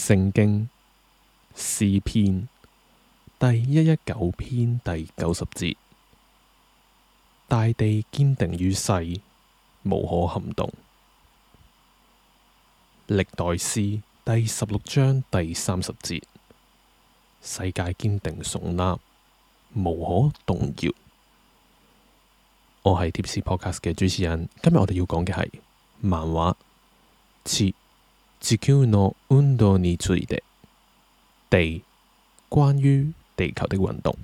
聖經詩篇第119篇第90節，大地堅定於世，無可撼動。歷代詩第16章第30節，世界堅定聳立，無可動搖。我係 Tipsy Podcast 嘅主持人，今日我哋要講嘅係漫畫地球の運動について，地，關於地球的運動。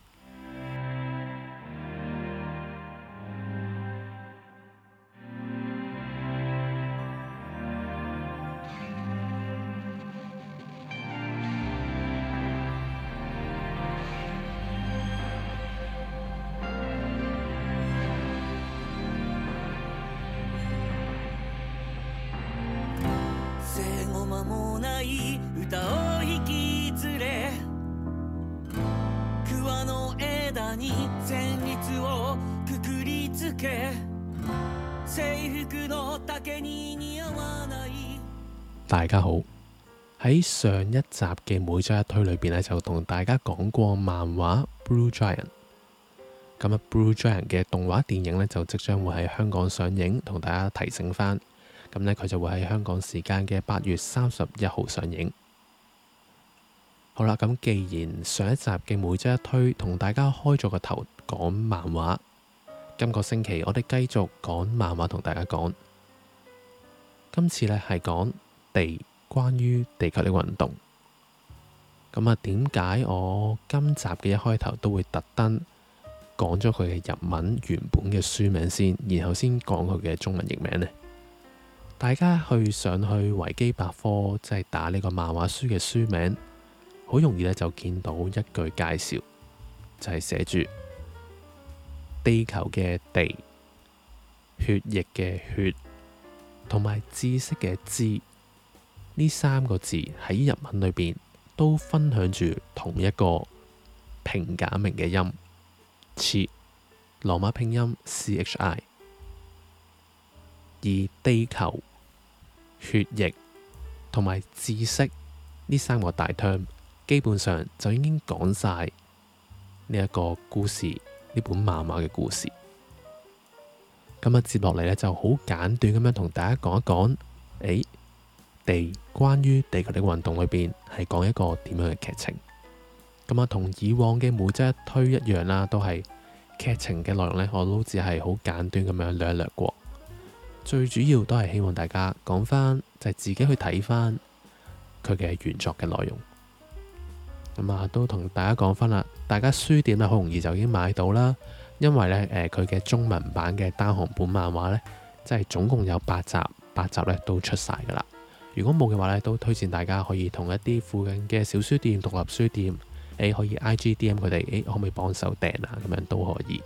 大家好，喺上一集嘅每周一推裏邊呢，就同大家講過漫畫 Blue Giant。咁啊 Blue Giant 嘅動畫電影呢，就即將會喺香港上映，同大家提醒翻。咁呢，佢就會喺香港時間嘅8月31號上映。好啦，咁既然上一集嘅每周一推同大家開咗個頭講漫畫，今個星期我哋繼續講漫畫同大家講。今次呢係講地，關於地球的運動。咁啊，點解我今集嘅一開頭都會特登講咗佢嘅日文原本嘅書名先，然後先講佢嘅中文譯名呢？大家上去維基百科，即係打呢個漫畫書嘅書名，好容易咧就見到一句介紹，就係寫住地球嘅地、血液嘅血同埋知識嘅知，呢3個字喺日文裏邊都分享住同一個平假名嘅音，chi，羅馬拼音 CHI。而地球、血液同埋知識呢3個大 term，基本上就已經講晒呢一個故事，呢本漫畫嘅故事。咁啊，接落嚟呢就好簡短咁樣同大家講一講，地，關於地球的運動裏邊係講一個點樣嘅劇情。咁啊，同以往嘅每周一推一樣啦，都係劇情嘅內容呢，我都只係好簡短咁樣略一略過。最主要都係希望大家講翻，就係自己去睇翻佢嘅原作嘅內容。咁啊，都同大家講翻啦，大家書店咧好容易就已經買到啦。因為咧，佢嘅中文版嘅單行本漫畫咧，即係總共有8集，8集咧都出晒噶啦。如果冇嘅話咧，都推薦大家可以同一啲附近嘅小書店、獨立書店，可以 IGDM 佢哋，可唔可以幫手訂啊？咁樣都可以。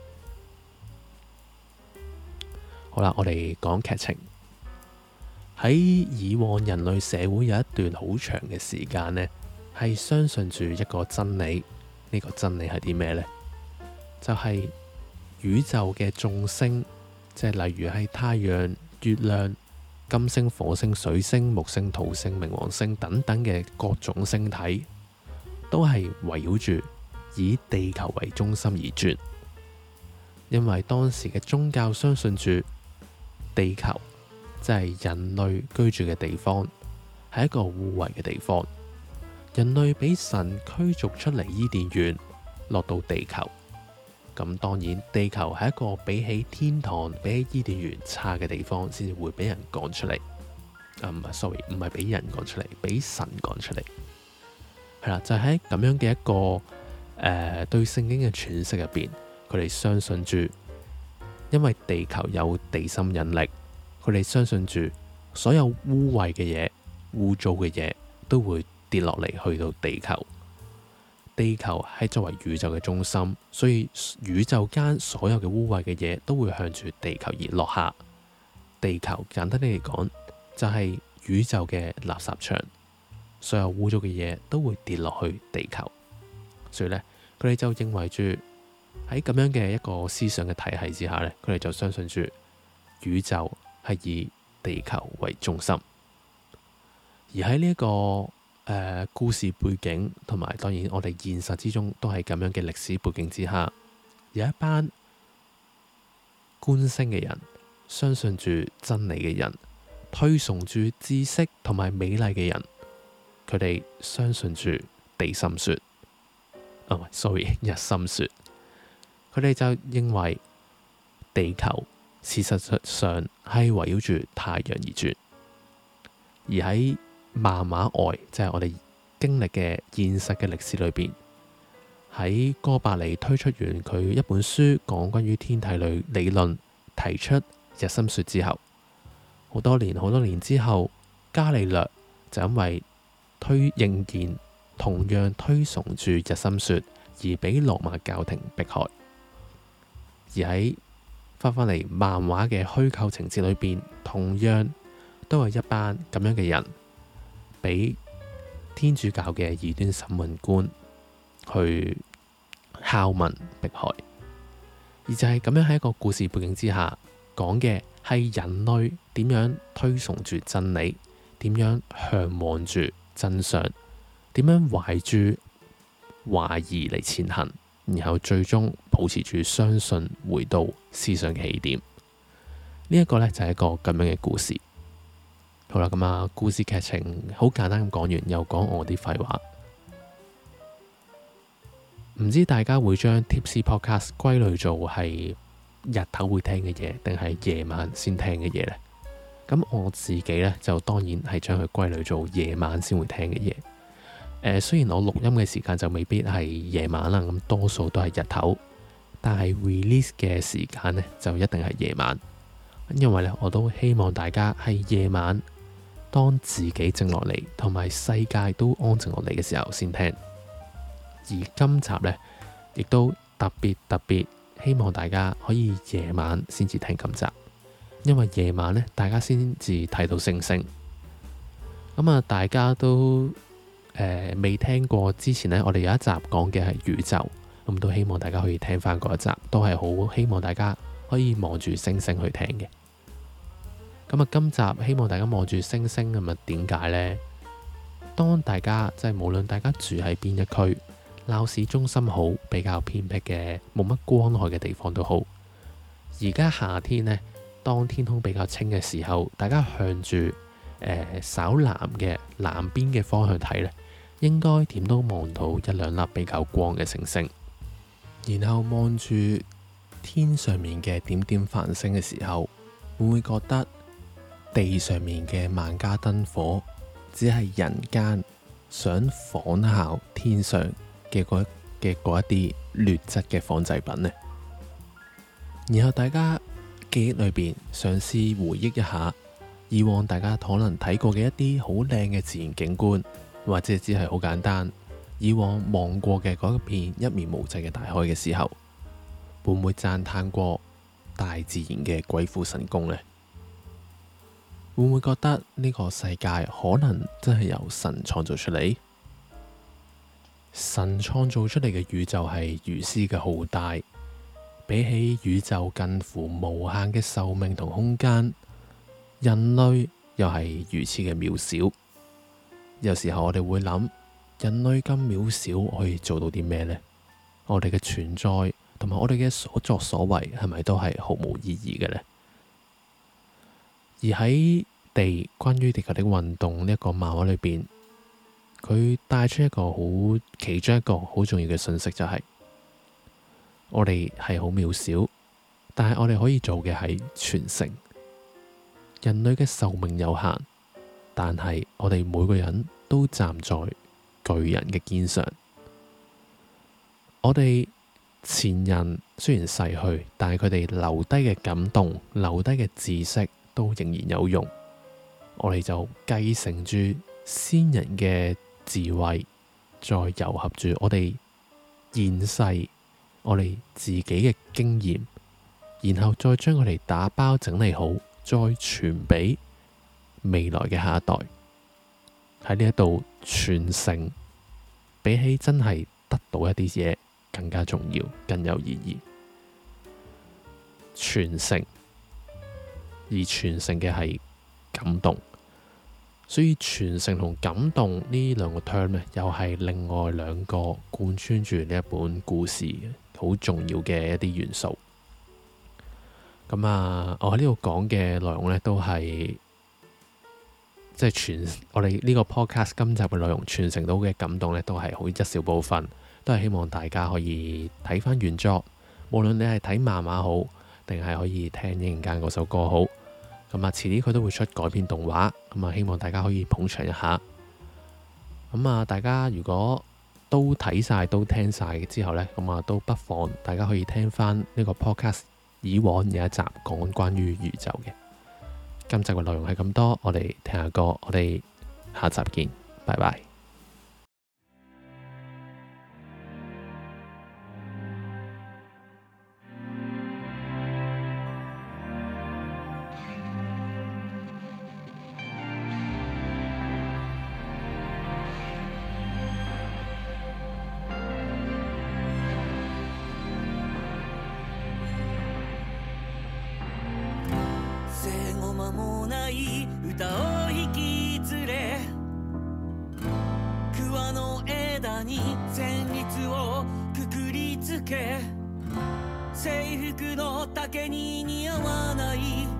好啦，我哋講劇情。喺以往人類社會有一段好長嘅時間呢，係相信住一個真理。呢個真理係啲咩呢？就係宇宙嘅眾星，即係例如係太陽、月亮、金星、火星、水星、木星、土星、冥王星等等嘅各種星體，都係圍繞住以地球為中心而轉。因為當時嘅宗教相信住地球，即係人類居住嘅地方，係一個污穢嘅地方。人類俾神驅逐出嚟伊甸園，落到地球。咁當然，地球係一個比起天堂、比起伊甸園差嘅地方，先至會俾人趕出嚟。sorry， 唔係俾人趕出嚟，俾神趕出嚟。係啦，就喺咁樣嘅一個對聖經嘅詮釋入邊，佢哋相信住，因為地球有地心引力，佢哋相信住所有污穢嘅嘢、污糟嘅嘢都會跌落嚟去到地球。地球係作為宇宙嘅中心，所以宇宙間所有嘅污穢嘅嘢都會向住地球而落下。地球簡單啲嚟講，就係宇宙嘅垃圾場，所有污糟嘅嘢都會跌落去地球。所以呢，佢哋就認為住喺咁樣嘅一個思想嘅體系之下呢，佢哋就相信住宇宙係以地球為中心。而喺呢一個故事背景，同埋當然我哋現實之中都係咁樣嘅歷史背景之下，有一班觀星嘅人，相信住真理嘅人，推崇住知識同埋美麗嘅人，佢哋相信住地心說，日心說，佢哋就認為地球事實上係圍繞住太陽而轉，而喺漫畫外，即係我哋經歷嘅現實嘅歷史裏邊，喺哥白尼推出完佢一本書講關於天體理論，提出日心說之後，好多年之後，伽利略就因為仍然同樣推崇住日心說，而俾羅馬教廷迫害。而喺翻返嚟漫畫嘅虛構情節裏邊，同樣都係一班咁樣嘅人，俾天主教嘅異端審問官去拷問迫害。而就係咁樣喺一個故事背景之下，講嘅係人類點樣推崇住真理，點樣向往住真相，點樣懷住懷疑嚟前行，然後最終保持住相信，回到思想嘅起點。呢一個呢，就係一個咁樣嘅故事。好啦，咁啊，故事劇情好簡單咁講完，又講我啲廢話。唔知大家會將 Tipsy Podcast 歸類做係日頭會聽嘅嘢，定係夜晚先聽嘅嘢呢？咁我自己呢，就當然係將佢歸類做夜晚先會聽嘅嘢。雖然我錄音嘅時間就未必係夜晚啦，咁多數都係日頭，但係 release 嘅時間呢，就一定係夜晚，因為呢，我都希望大家係夜晚，當自己靜落嚟，同埋世界都安靜落嚟嘅時候先聽。而今集呢，亦都特別希望大家可以夜晚先至聽今集，因為夜晚呢，大家先至睇到星星。咁啊，大家都未聽過之前呢，我哋有一集講嘅係宇宙，咁都希望大家可以聽翻嗰一集，都係好希望大家可以望住星星去聽嘅。咁啊，今集希望大家望住星星，咁啊，點解呢？當大家即係無論大家住喺邊一區，鬧市中心好，比較偏僻嘅冇乜光害嘅地方都好，而家夏天呢，當天空比較清嘅時候，大家向住稍南邊嘅方向睇呢，應該點都望到一兩粒比較光嘅星星。然後望住天上面嘅點點繁星嘅時候，會唔會覺得地上面嘅萬家燈火只係人間想仿效天上嘅嗰一啲劣質嘅仿製品呢？然後大家記憶裏邊嘗試回憶一下以往大家可能睇過嘅一啲好靚嘅自然景觀，或者只係好簡單以往望過嘅嗰一片一面無際嘅大海嘅時候，會唔會讚嘆過大自然嘅鬼斧神工呢？會唔會覺得呢個世界可能真係由神創造出嚟？神創造出嚟嘅宇宙係如斯嘅浩大，比起宇宙近乎無限嘅壽命同空間，人類又係如此嘅渺小。有時候我哋會諗，人類咁渺小可以做到啲咩呢？我哋嘅存在同埋我哋嘅所作所為係咪都係毫無意義嘅呢？而喺關於地球的運動呢一個漫畫裏邊，佢帶出其中一個好重要嘅信息，就係我哋係好渺小，但係我哋可以做嘅係傳承。人類嘅壽命有限，但係我哋每個人都站在巨人嘅肩上。我哋前人雖然逝去，但係佢哋留低嘅感動、留低嘅知識都仍然有用。我哋就繼承住先人嘅智慧，再糅合住我哋現世我哋自己嘅經驗，然後再將佢哋打包整理好，再傳俾未來嘅下一代。喺呢一度傳承，比起真係得到一啲嘢更加重要，更有意義。傳承，而傳承嘅係感動。 所以傳承同感動呢兩個 term 咧，又係另外兩個貫穿住呢一本故事好重要嘅一啲元素。咁我喺呢度講嘅內容咧，都係即係我哋呢個 podcast 今集嘅內容傳承到嘅感動咧，都係好一小部分，都係希望大家可以睇翻原作，無論你係睇漫畫好，定係可以聽一陣間嗰首歌好。咁遲啲佢都會出改編動畫，咁希望大家可以捧場一下。咁大家如果都睇晒、都聽晒之後呢，咁都不妨大家可以聽翻呢個 podcast 以往有一集講關於宇宙嘅。今集嘅內容係咁多，我哋聽下歌，我哋下集見，拜拜。 間もない歌を引き連れ桑の枝に旋律をくくりつけ制服の丈に似合わない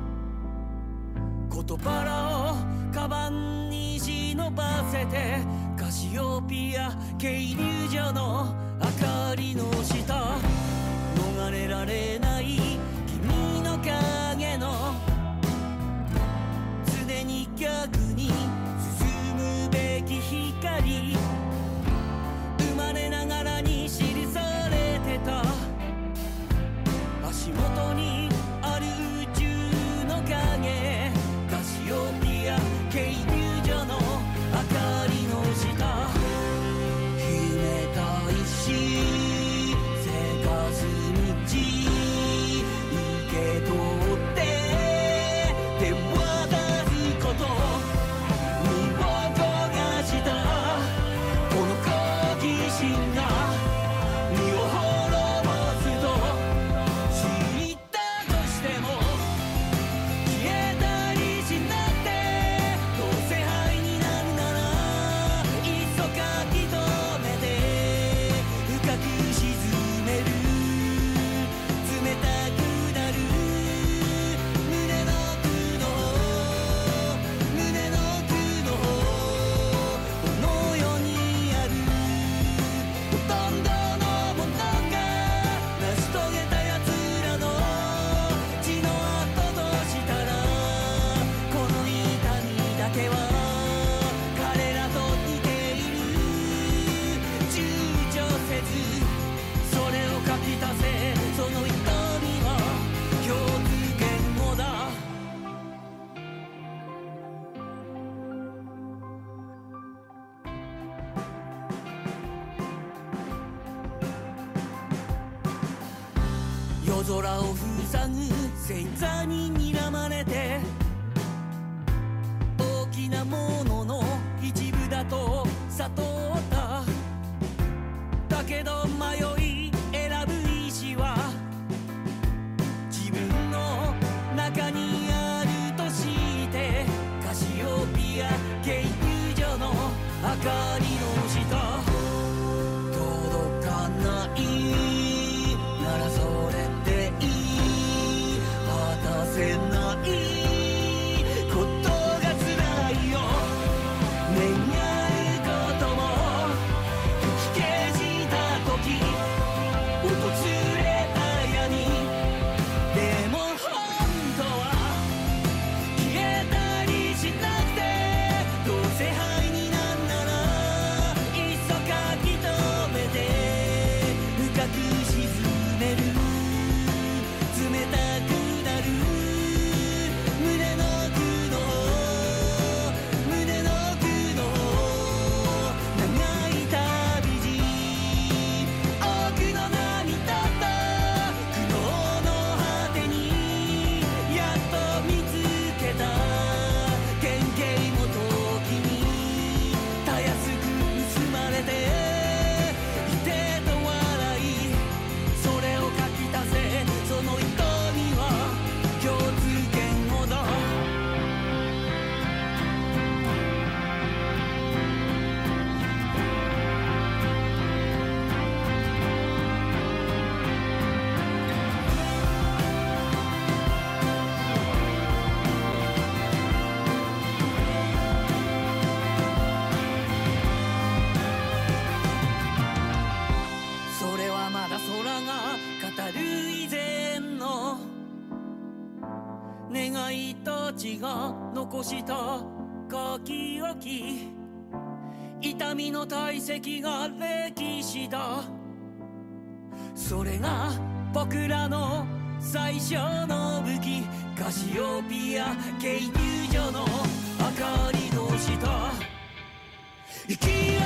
言葉をカバンに忍ばせてカシオピア渓流所の明かりの下逃れられない君の影の常に逆に進むべき光生まれながらに記されてた足元にある宇宙の影カシオピア渓流所の明かりの下秘めた石せかす道受け取って手渡すこと身を焦がしたこの好奇心が身を滅ぼすと知ったとしても消えたりしなくてどうせ灰になるならいっそ書き留めて深く沈める冷たくなる胸の奥の胸の奥のこの世にあるほとんどのものが成し遂げた奴らの血の跡としたらこの痛みだけは彼らと似ている躊躇せずそれを書き足せその痛みは共通言語だ夜空を塞ぐ星座に睨まれて大きなものの一部だと悟っただけど迷い選ぶ意志は自分の中にあるとしてカシオピア渓流所の明かりの下届かないならそれでいい果たせないことが辛いよ願うことも吹き消した時訪れた闇でも本当は消えたりしなくてどうせ灰になんならたちが残した書き置き、痛みの堆積が歴史だ。それが僕らの最初の武器、カシオピア研究所の明かりの下、生きよ